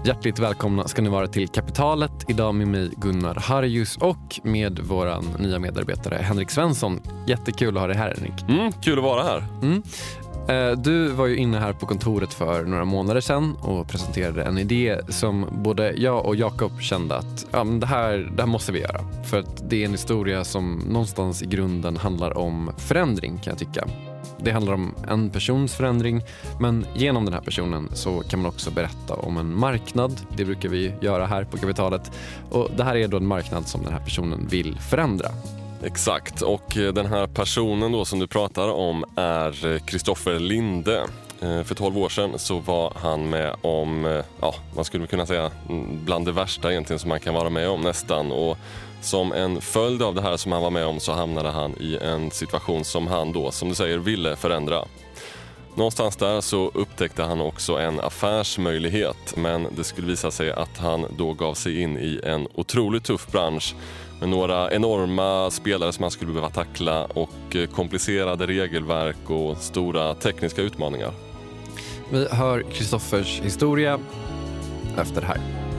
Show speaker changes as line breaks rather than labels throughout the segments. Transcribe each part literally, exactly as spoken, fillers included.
Hjärtligt välkomna ska ni vara till Kapitalet. Idag med mig Gunnar Harjus och med våran nya medarbetare Henrik Svensson. Jättekul att ha dig här, Henrik.
Mm, kul att vara här.
Mm. Du var ju inne här på kontoret för några månader sedan och presenterade en idé som både jag och Jakob kände att ja, men det, här, det här måste vi göra. För att det är en historia som någonstans i grunden handlar om förändring, kan jag tycka. Det handlar om en persons förändring, men genom den här personen så kan man också berätta om en marknad. Det brukar vi göra här på Kapitalet. Och det här är då en marknad som den här personen vill förändra.
Exakt, och den här personen då som du pratar om är Kristoffer Linde. För tolv år sedan så var han med om, ja, man skulle kunna säga bland det värsta egentligen som man kan vara med om nästan. Och som en följd av det här som han var med om så hamnade han i en situation som han då, som du säger, ville förändra. Någonstans där så upptäckte han också en affärsmöjlighet, men det skulle visa sig att han då gav sig in i en otroligt tuff bransch med några enorma spelare som han skulle behöva tackla och komplicerade regelverk och stora tekniska utmaningar.
Vi hör Kristoffers historia efter det här.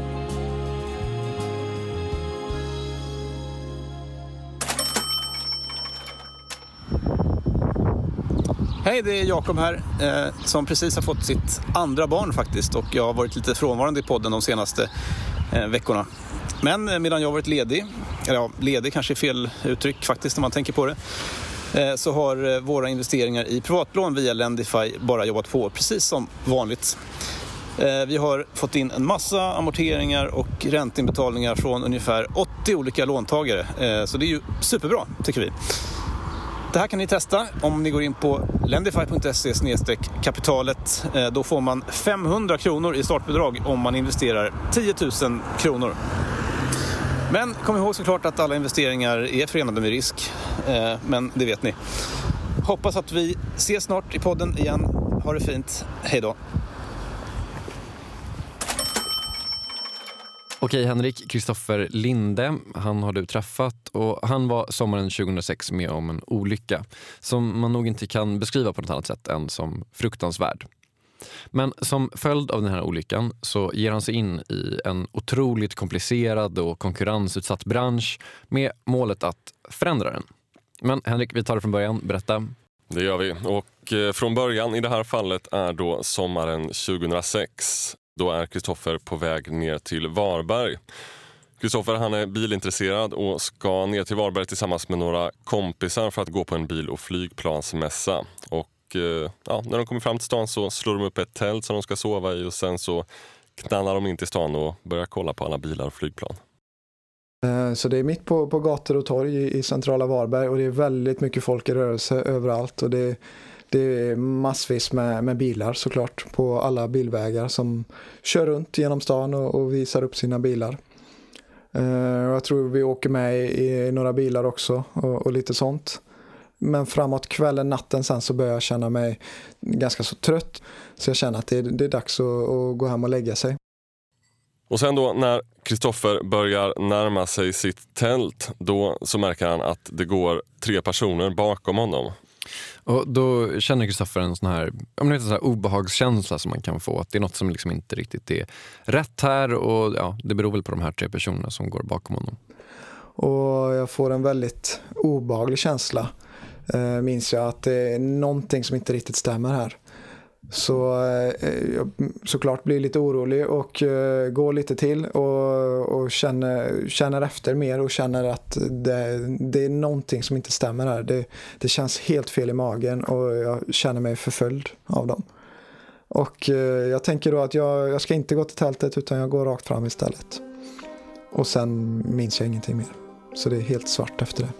Hej, det är Jakob här eh, som precis har fått sitt andra barn faktiskt, och jag har varit lite frånvarande i podden de senaste eh, veckorna. Men eh, medan jag har varit ledig, eller ja, ledig kanske är fel uttryck faktiskt om man tänker på det, eh, så har eh, våra investeringar i privatlån via Lendify bara jobbat på precis som vanligt. Eh, vi har fått in en massa amorteringar och ränteinbetalningar från ungefär åttio olika låntagare, eh, så det är ju superbra tycker vi. Det här kan ni testa om ni går in på lendify punkt se slash kapitalet. Då får man femhundra kronor i startbidrag om man investerar tio tusen kronor. Men kom ihåg såklart att alla investeringar är förenade med risk. Men det vet ni. Hoppas att vi ses snart i podden igen. Ha det fint. Hej då.
Okej Henrik, Kristoffer Linde, han har du träffat och han var sommaren tjugohundrasex med om en olycka som man nog inte kan beskriva på något annat sätt än som fruktansvärd. Men som följd av den här olyckan så ger han sig in i en otroligt komplicerad och konkurrensutsatt bransch med målet att förändra den. Men Henrik, vi tar det från början, berätta.
Det gör vi, och eh, från början i det här fallet är då sommaren tjugohundrasex. Då är Kristoffer på väg ner till Varberg. Kristoffer, han är bilintresserad och ska ner till Varberg tillsammans med några kompisar för att gå på en bil- och flygplansmässa. Och eh, ja, när de kommer fram till stan så slår de upp ett tält som de ska sova i och sen så knallar de in till stan och börjar kolla på alla bilar och flygplan.
Så det är mitt på, på gator och torg i, i centrala Varberg och det är väldigt mycket folk i rörelse överallt och det Det är massvis med, med bilar såklart på alla bilvägar som kör runt genom stan och, och visar upp sina bilar. Uh, jag tror vi åker med i, i några bilar också och, och lite sånt. Men framåt kvällen, natten sen så börjar jag känna mig ganska så trött. Så jag känner att det, det är dags att, att gå hem och lägga sig.
Och sen då när Kristoffer börjar närma sig sitt tält, då så märker han att det går tre personer bakom honom.
Och då känner Kristoffer en sån här, om det är en sån här obehagskänsla som man kan få. Att det är något som liksom inte riktigt är rätt här och ja, det beror väl på de här tre personerna som går bakom honom.
Och jag får en väldigt obehaglig känsla. Eh, minns jag att det är någonting som inte riktigt stämmer här. Så eh, jag såklart blir lite orolig och eh, går lite till och, och känner, känner efter mer och känner att det, det är någonting som inte stämmer här. Det, det känns helt fel i magen och jag känner mig förföljd av dem. Och eh, jag tänker då att jag, jag ska inte gå till tältet utan jag går rakt fram istället. Och sen minns jag ingenting mer. Så det är helt svart efter det.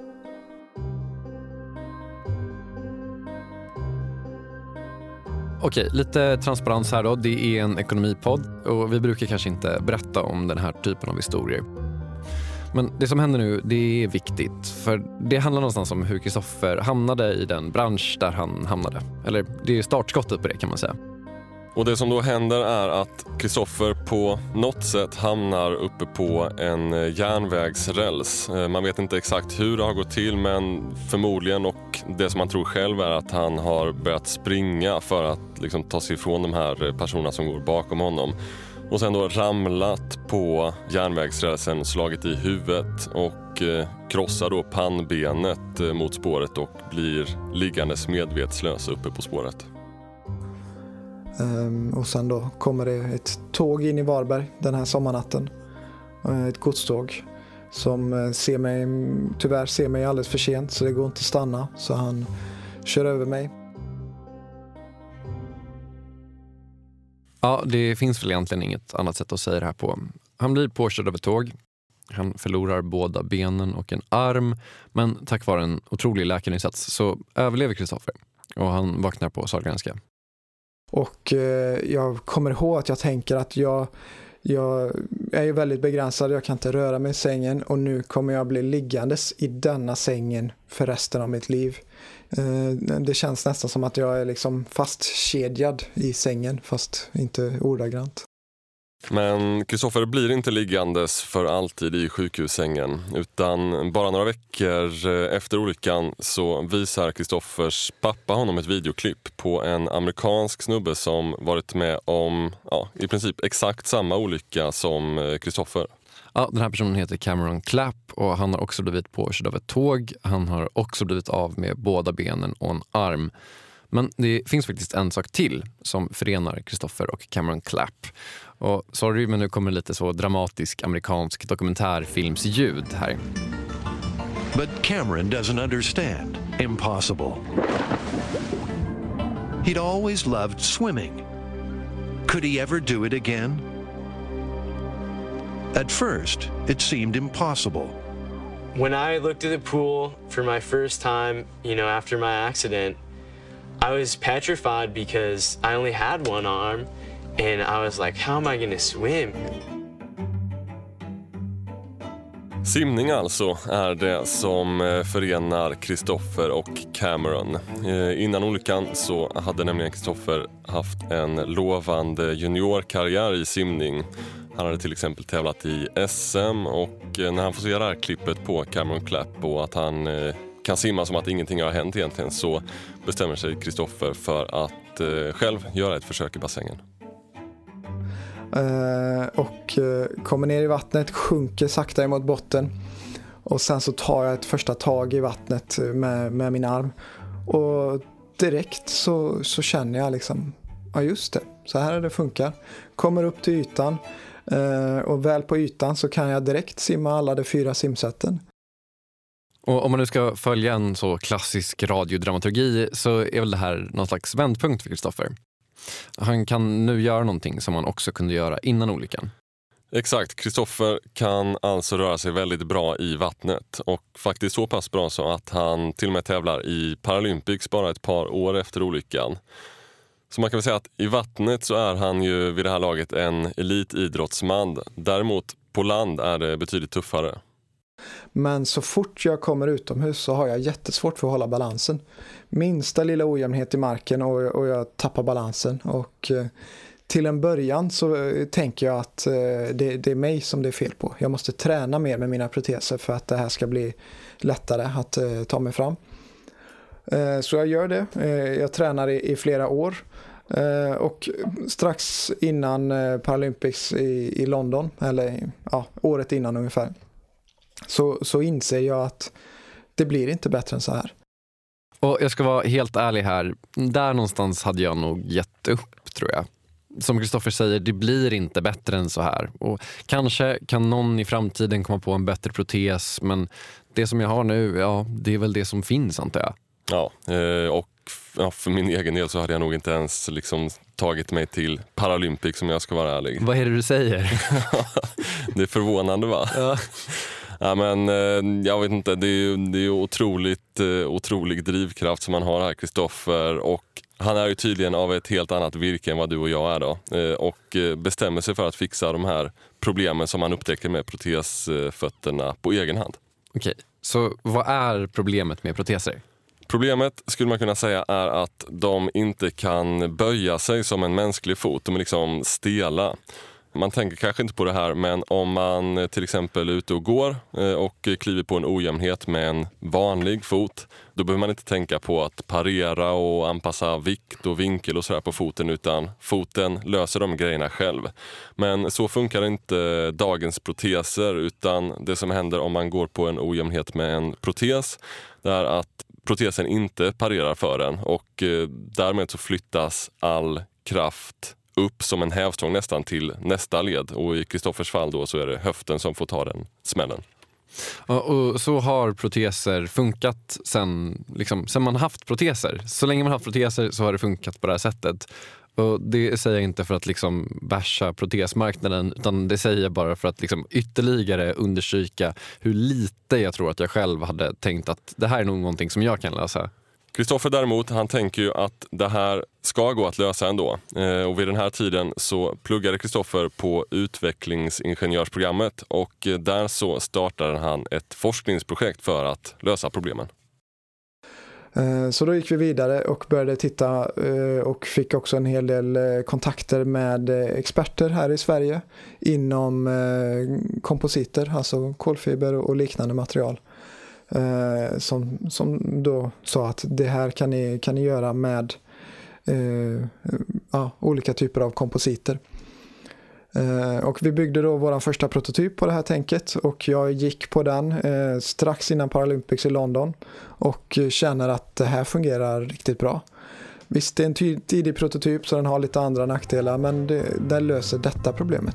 Okej, lite transparens här då. Det är en ekonomipodd och vi brukar kanske inte berätta om den här typen av historier. Men det som händer nu, det är viktigt. För det handlar någonstans om hur Kristoffer hamnade i den bransch där han hamnade. Eller det är startskottet på det kan man säga.
Och det som då händer är att Kristoffer på något sätt hamnar uppe på en järnvägsräls. Man vet inte exakt hur det har gått till, men förmodligen, och det som man tror själv är att han har börjat springa för att liksom ta sig ifrån de här personerna som går bakom honom. och sen då ramlat på järnvägsrälsen, slagit i huvudet och eh, krossar då pannbenet eh, mot spåret och blir liggandes medvetslös uppe på spåret.
Um, och sen då kommer det ett tåg in i Varberg den här sommarnatten. Uh, ett godståg som uh, ser mig, tyvärr ser mig alldeles för sent, så det går inte att stanna. Så han kör över mig.
Ja, det finns väl egentligen inget annat sätt att säga det här på. Han blir påkörd av ett tåg. Han förlorar båda benen och en arm. Men tack vare en otrolig läkarinsats så överlever Kristoffer. Och han vaknar på Sahlgrenska.
Och eh, jag kommer ihåg att jag tänker att jag, jag är ju väldigt begränsad. Jag kan inte röra mig i sängen. Och nu kommer jag bli liggandes i denna sängen för resten av mitt liv. Eh, det känns nästan som att jag är liksom fastkedjad i sängen, fast inte ordagrant.
Men Kristoffer blir inte liggandes för alltid i sjukhussängen, utan bara några veckor efter olyckan så visar Kristoffers pappa honom ett videoklipp på en amerikansk snubbe som varit med om ja, i princip exakt samma olycka som Kristoffer.
Ja, den här personen heter Cameron Clapp och han har också blivit påkörd av ett tåg. Han har också blivit av med båda benen och en arm. Men det finns faktiskt en sak till som förenar Kristoffer och Cameron Clapp. Och sorry, men nu kommer lite så dramatisk amerikansk dokumentärfilmsljud här.
But Cameron doesn't understand. Impossible. He'd always loved swimming. Could he ever do it again? At first, it seemed impossible.
When I looked at the pool for my first time, you know, after my accident, I was petrified because I only had one arm, and I was like, how am I going to swim?
Simning alltså är det som förenar Kristoffer och Cameron. Innan olyckan så hade nämligen Kristoffer haft en lovande juniorkarriär i simning. Han hade till exempel tävlat i S M, och när han får se det här klippet på Cameron Clapp och att han kan simma som att ingenting har hänt egentligen, så bestämmer sig Kristoffer för att eh, själv göra ett försök i bassängen.
Uh, och uh, kommer ner i vattnet, sjunker sakta emot botten, och sen så tar jag ett första tag i vattnet med, med min arm, och direkt så, så känner jag liksom, ja just det, så här är det funkar. Kommer upp till ytan, uh, och väl på ytan så kan jag direkt simma alla de fyra simsätten.
Och om man nu ska följa en så klassisk radiodramaturgi så är väl det här någon slags vändpunkt för Kristoffer. Han kan nu göra någonting som han också kunde göra innan olyckan.
Exakt, Kristoffer kan alltså röra sig väldigt bra i vattnet, och faktiskt så pass bra så att han till och med tävlar i Paralympics bara ett par år efter olyckan. Så man kan väl säga att i vattnet så är han ju vid det här laget en elitidrottsman. Däremot på land är det betydligt tuffare.
Men så fort jag kommer utomhus så har jag jättesvårt för att hålla balansen. Minsta lilla ojämnhet i marken och, och jag tappar balansen. Och eh, till en början så eh, tänker jag att eh, det, det är mig som det är fel på. Jag måste träna mer med mina proteser för att det här ska bli lättare att eh, ta mig fram. Eh, så jag gör det. Eh, jag tränar i, i flera år. Eh, och strax innan eh, Paralympics i, i London, eller ja, året innan ungefär, Så, så inser jag att det blir inte bättre än så här.
Och jag ska vara helt ärlig här. Där någonstans hade jag nog gett upp, tror jag. Som Kristoffer säger, det blir inte bättre än så här. Och kanske kan någon i framtiden komma på en bättre protes. Men det som jag har nu, ja, det är väl det som finns, antar jag.
Ja, och för min egen del så hade jag nog inte ens liksom tagit mig till Paralympics, som jag ska vara ärlig.
Vad är det du säger?
Det är förvånande, va?
Ja.
Ja, men jag vet inte, det är ju det är otroligt otrolig drivkraft som man har här, Kristoffer, och han är ju tydligen av ett helt annat virke än vad du och jag är då, och bestämmer sig för att fixa de här problemen som man upptäcker med protesfötterna på egen hand.
Okej, så vad är problemet med proteser?
Problemet skulle man kunna säga är att de inte kan böja sig som en mänsklig fot, de är liksom stela. Man tänker kanske inte på det här, men om man till exempel är ute och går och kliver på en ojämnhet med en vanlig fot, då behöver man inte tänka på att parera och anpassa vikt och vinkel och sådär på foten, utan foten löser de grejerna själv. Men så funkar inte dagens proteser, utan det som händer om man går på en ojämnhet med en protes, det är att protesen inte parerar för den och därmed så flyttas all kraft upp som en hävstång nästan till nästa led, och i Kristoffers fall då så är det höften som får ta den smällen.
Ja, och så har proteser funkat sen, liksom, sen man haft proteser. Så länge man haft proteser så har det funkat på det här sättet. Och det säger jag inte för att liksom basha protesmarknaden, utan det säger jag bara för att liksom ytterligare understryka hur lite jag tror att jag själv hade tänkt att det här är nog någonting som jag kan lösa.
Kristoffer däremot, han tänker ju att det här ska gå att lösa ändå. Eh, och vid den här tiden så pluggade Kristoffer på utvecklingsingenjörsprogrammet, och där så startade han ett forskningsprojekt för att lösa problemen.
Så då gick vi vidare och började titta och fick också en hel del kontakter med experter här i Sverige inom kompositer, alltså kolfiber och liknande material. Som, som då sa att det här kan ni, kan ni göra med eh, ja, olika typer av kompositer. Eh, och vi byggde då vår första prototyp på det här tänket, och jag gick på den eh, strax innan Paralympics i London och känner att det här fungerar riktigt bra. Visst, det är en ty- tidig prototyp så den har lite andra nackdelar, men det, det löser detta problemet.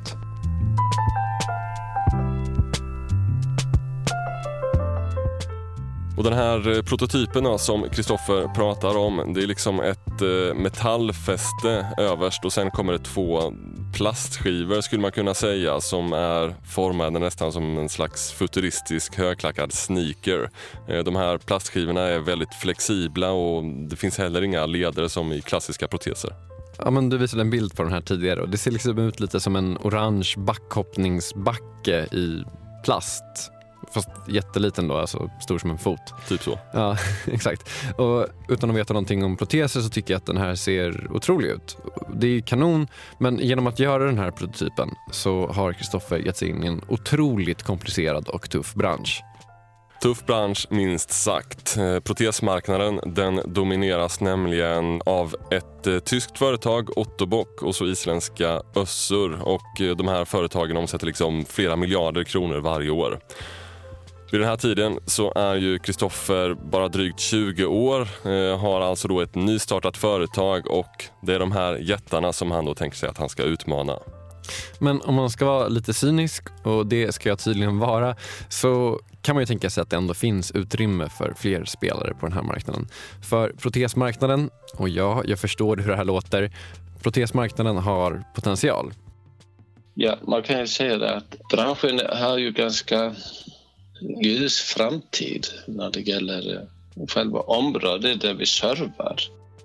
Och den här prototypen då, som Kristoffer pratar om, det är liksom ett eh, metallfäste överst, och sen kommer det två plastskivor skulle man kunna säga, som är formade nästan som en slags futuristisk högklackad sneaker. Eh, de här plastskivorna är väldigt flexibla, och det finns heller inga leder som i klassiska proteser.
Ja, men du visade en bild på den här tidigare, och det ser liksom ut lite som en orange backhoppningsbacke i plast. Fast jätteliten då, alltså stor som en fot.
Typ så.
Ja, exakt. Och utan att veta någonting om proteser så tycker jag att den här ser otrolig ut. Det är kanon, men genom att göra den här prototypen så har Kristoffer gett sig in i en otroligt komplicerad och tuff bransch.
Tuff bransch minst sagt. Protesmarknaden, den domineras nämligen av ett eh, tyskt företag, Ottobock, och så isländska Össur, och eh, de här företagen omsätter liksom flera miljarder kronor varje år. Vid den här tiden så är ju Kristoffer bara drygt tjugo år, eh, har alltså då ett nystartat företag, och det är de här jättarna som han då tänker sig att han ska utmana.
Men om man ska vara lite cynisk, och det ska jag tydligen vara, så kan man ju tänka sig att det ändå finns utrymme för fler spelare på den här marknaden. För protesmarknaden, och ja, jag förstår hur det här låter, protesmarknaden har potential.
Ja, man kan ju säga det att branschen har ju ganska ljus framtid när det gäller själva området där vi servar.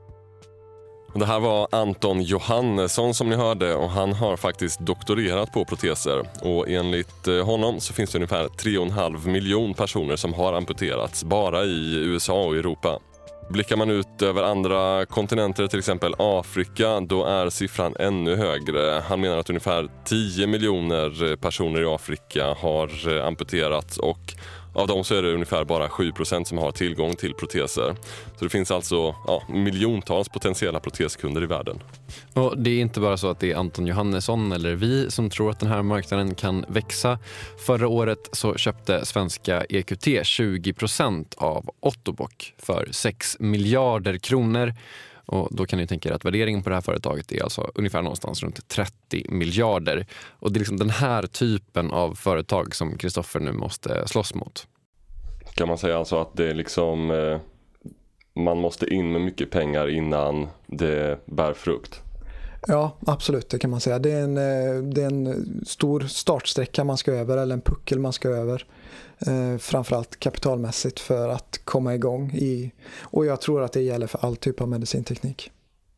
Det här var Anton Johannesson som ni hörde, och han har faktiskt doktorerat på proteser, och enligt honom så finns det ungefär tre och en halv miljon personer som har amputerats bara i U S A och Europa. Blickar man ut över andra kontinenter, till exempel Afrika, då är siffran ännu högre. Han menar att ungefär tio miljoner personer i Afrika har amputerats, och av dem så är det ungefär bara sju procent som har tillgång till proteser. Så det finns alltså ja, miljontals potentiella proteskunder i världen.
Och det är inte bara så att det är Anton Johannesson eller vi som tror att den här marknaden kan växa. Förra året så köpte svenska E Q T tjugo procent av Ottobock för sex miljarder kronor. Och då kan ni tänka er att värderingen på det här företaget är alltså ungefär någonstans runt trettio miljarder. Och det är liksom den här typen av företag som Kristoffer nu måste slåss mot.
Kan man säga alltså att det är liksom eh, man måste in med mycket pengar innan det bär frukt?
Ja, absolut, det kan man säga. Det är en, det är en stor startsträcka man ska över, eller en puckel man ska över. Eh, framförallt kapitalmässigt för att komma igång i, och jag tror att det gäller för all typ av medicinteknik.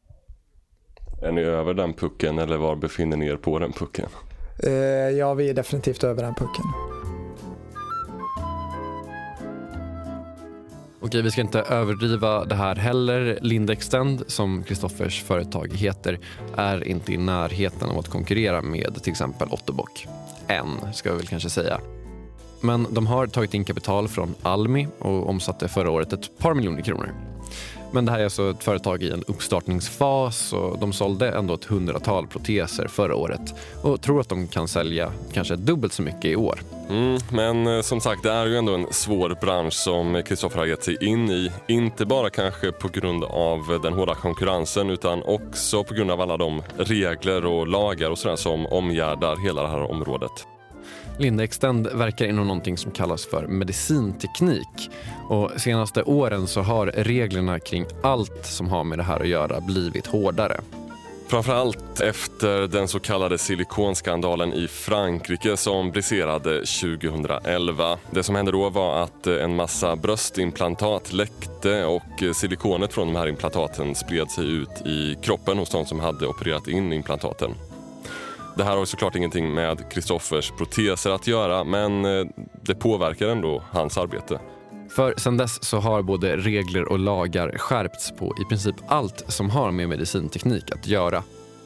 Är ni över den pucken, eller var befinner ni er på den pucken?
Eh, ja, vi är definitivt över den pucken.
Okej, vi ska inte överdriva det här heller. Lindextend, som Kristoffers företag heter, är inte i närheten av att konkurrera med till exempel Ottobock. Än, ska vi väl kanske säga. Men de har tagit in kapital från Almi och omsatte förra året ett par miljoner kronor. Men det här är alltså ett företag i en uppstartningsfas och de sålde ändå ett hundratal proteser förra året och tror att de kan sälja kanske dubbelt så mycket i år.
Mm, men som sagt, det är ju ändå en svår bransch som Kristoffer har gett sig in i. Inte bara kanske på grund av den hårda konkurrensen utan också på grund av alla de regler och lagar och sådär som omgärdar hela det här området.
Lindextend verkar inom någonting som kallas för medicinteknik och senaste åren så har reglerna kring allt som har med det här att göra blivit hårdare.
Framförallt efter den så kallade silikonskandalen i Frankrike som briserade tjugohundraelva. Det som hände då var att en massa bröstimplantat läckte och silikonet från de här implantaten spred sig ut i kroppen hos de som hade opererat in implantaten. Det här har såklart ingenting med Kristoffers proteser att göra, men det påverkar ändå hans arbete.
För sedan dess så har både regler och lagar skärpts på i princip allt som har med medicinteknik att göra.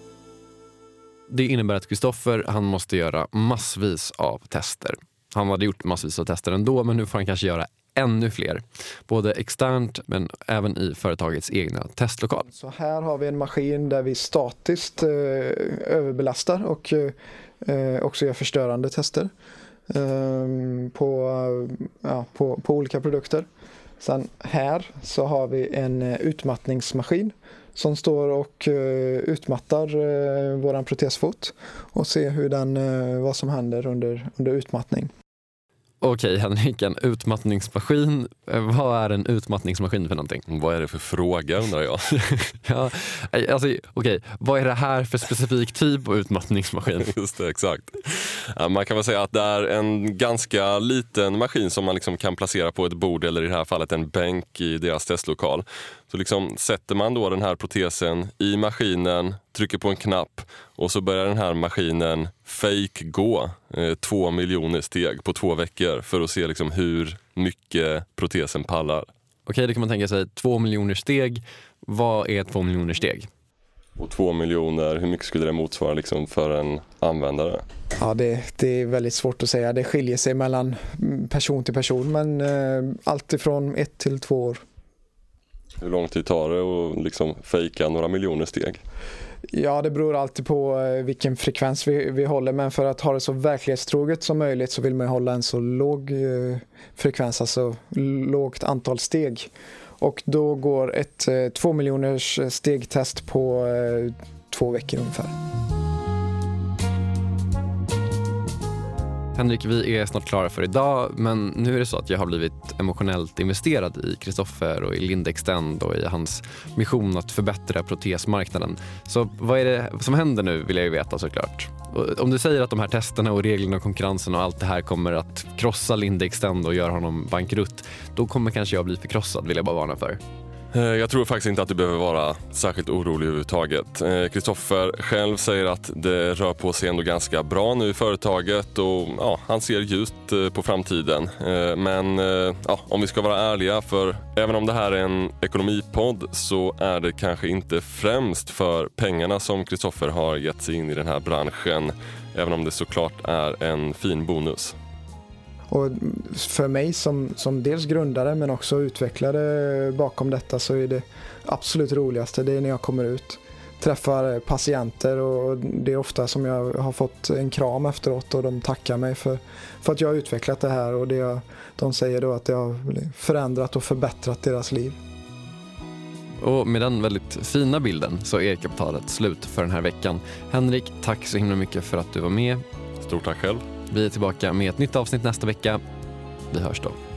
Det innebär att Kristoffer, han måste göra massvis av tester. Han hade gjort massvis av tester ändå, men nu får han kanske göra ännu fler. Både externt men även i företagets egna testlokal.
Så här har vi en maskin där vi statiskt eh, överbelastar och eh, också gör förstörande tester eh, på, ja, på, på olika produkter. Sen här så har vi en utmattningsmaskin som står och uh, utmattar uh, våran protesfot och ser hur den, uh, vad som händer under, under utmattning.
Okej, Henrik, en utmattningsmaskin. Vad är en utmattningsmaskin för någonting?
Vad är det för fråga, undrar jag?
ja, alltså, okej, vad är det här för specifik typ av utmattningsmaskin?
Just det, exakt. Ja, man kan väl säga att det är en ganska liten maskin som man liksom kan placera på ett bord eller i det här fallet en bänk i deras testlokal. Så liksom sätter man då den här protesen i maskinen, trycker på en knapp och så börjar den här maskinen fake gå eh, två miljoner steg på två veckor för att se liksom hur mycket protesen pallar.
Okej, det kan man tänka sig. Två miljoner steg. Vad är två miljoner steg?
Och två miljoner, hur mycket skulle det motsvara liksom för en användare?
Ja, det, det är väldigt svårt att säga. Det skiljer sig mellan person till person, men eh, allt ifrån ett till två år.
Hur lång tid tar det att liksom fejka några miljoner steg?
Ja, det beror alltid på vilken frekvens vi, vi håller, men för att ha det så verklighetstroget som möjligt så vill man hålla en så låg eh, frekvens, alltså lågt antal steg. Och då går ett eh, två miljoners stegtest på eh, två veckor ungefär.
Henrik, vi är snart klara för idag, men nu är det så att jag har blivit emotionellt investerad i Kristoffer och i Lindextend och i hans mission att förbättra protesmarknaden. Så vad är det som händer nu, vill jag ju veta såklart. Och om du säger att de här testerna och reglerna och konkurrensen och allt det här kommer att krossa Lindextend och göra honom bankrutt, då kommer kanske jag bli förkrossad, vill jag bara varna för.
Jag tror faktiskt inte att du behöver vara särskilt orolig överhuvudtaget. Kristoffer själv säger att det rör på sig ändå ganska bra nu i företaget och ja, han ser ljust på framtiden. Men ja, om vi ska vara ärliga, för även om det här är en ekonomipodd så är det kanske inte främst för pengarna som Kristoffer har gett sig in i den här branschen, även om det såklart är en fin bonus.
Och för mig som, som dels grundare men också utvecklare bakom detta så är det absolut roligaste det är när jag kommer ut, träffar patienter och det är ofta som jag har fått en kram efteråt och de tackar mig för, för att jag har utvecklat det här och det jag, de säger då att det har förändrat och förbättrat deras liv.
Och med den väldigt fina bilden så är kapitalet slut för den här veckan. Henrik, tack så himla mycket för att du var med.
Stort tack själv.
Vi är tillbaka med ett nytt avsnitt nästa vecka. Vi hörs då.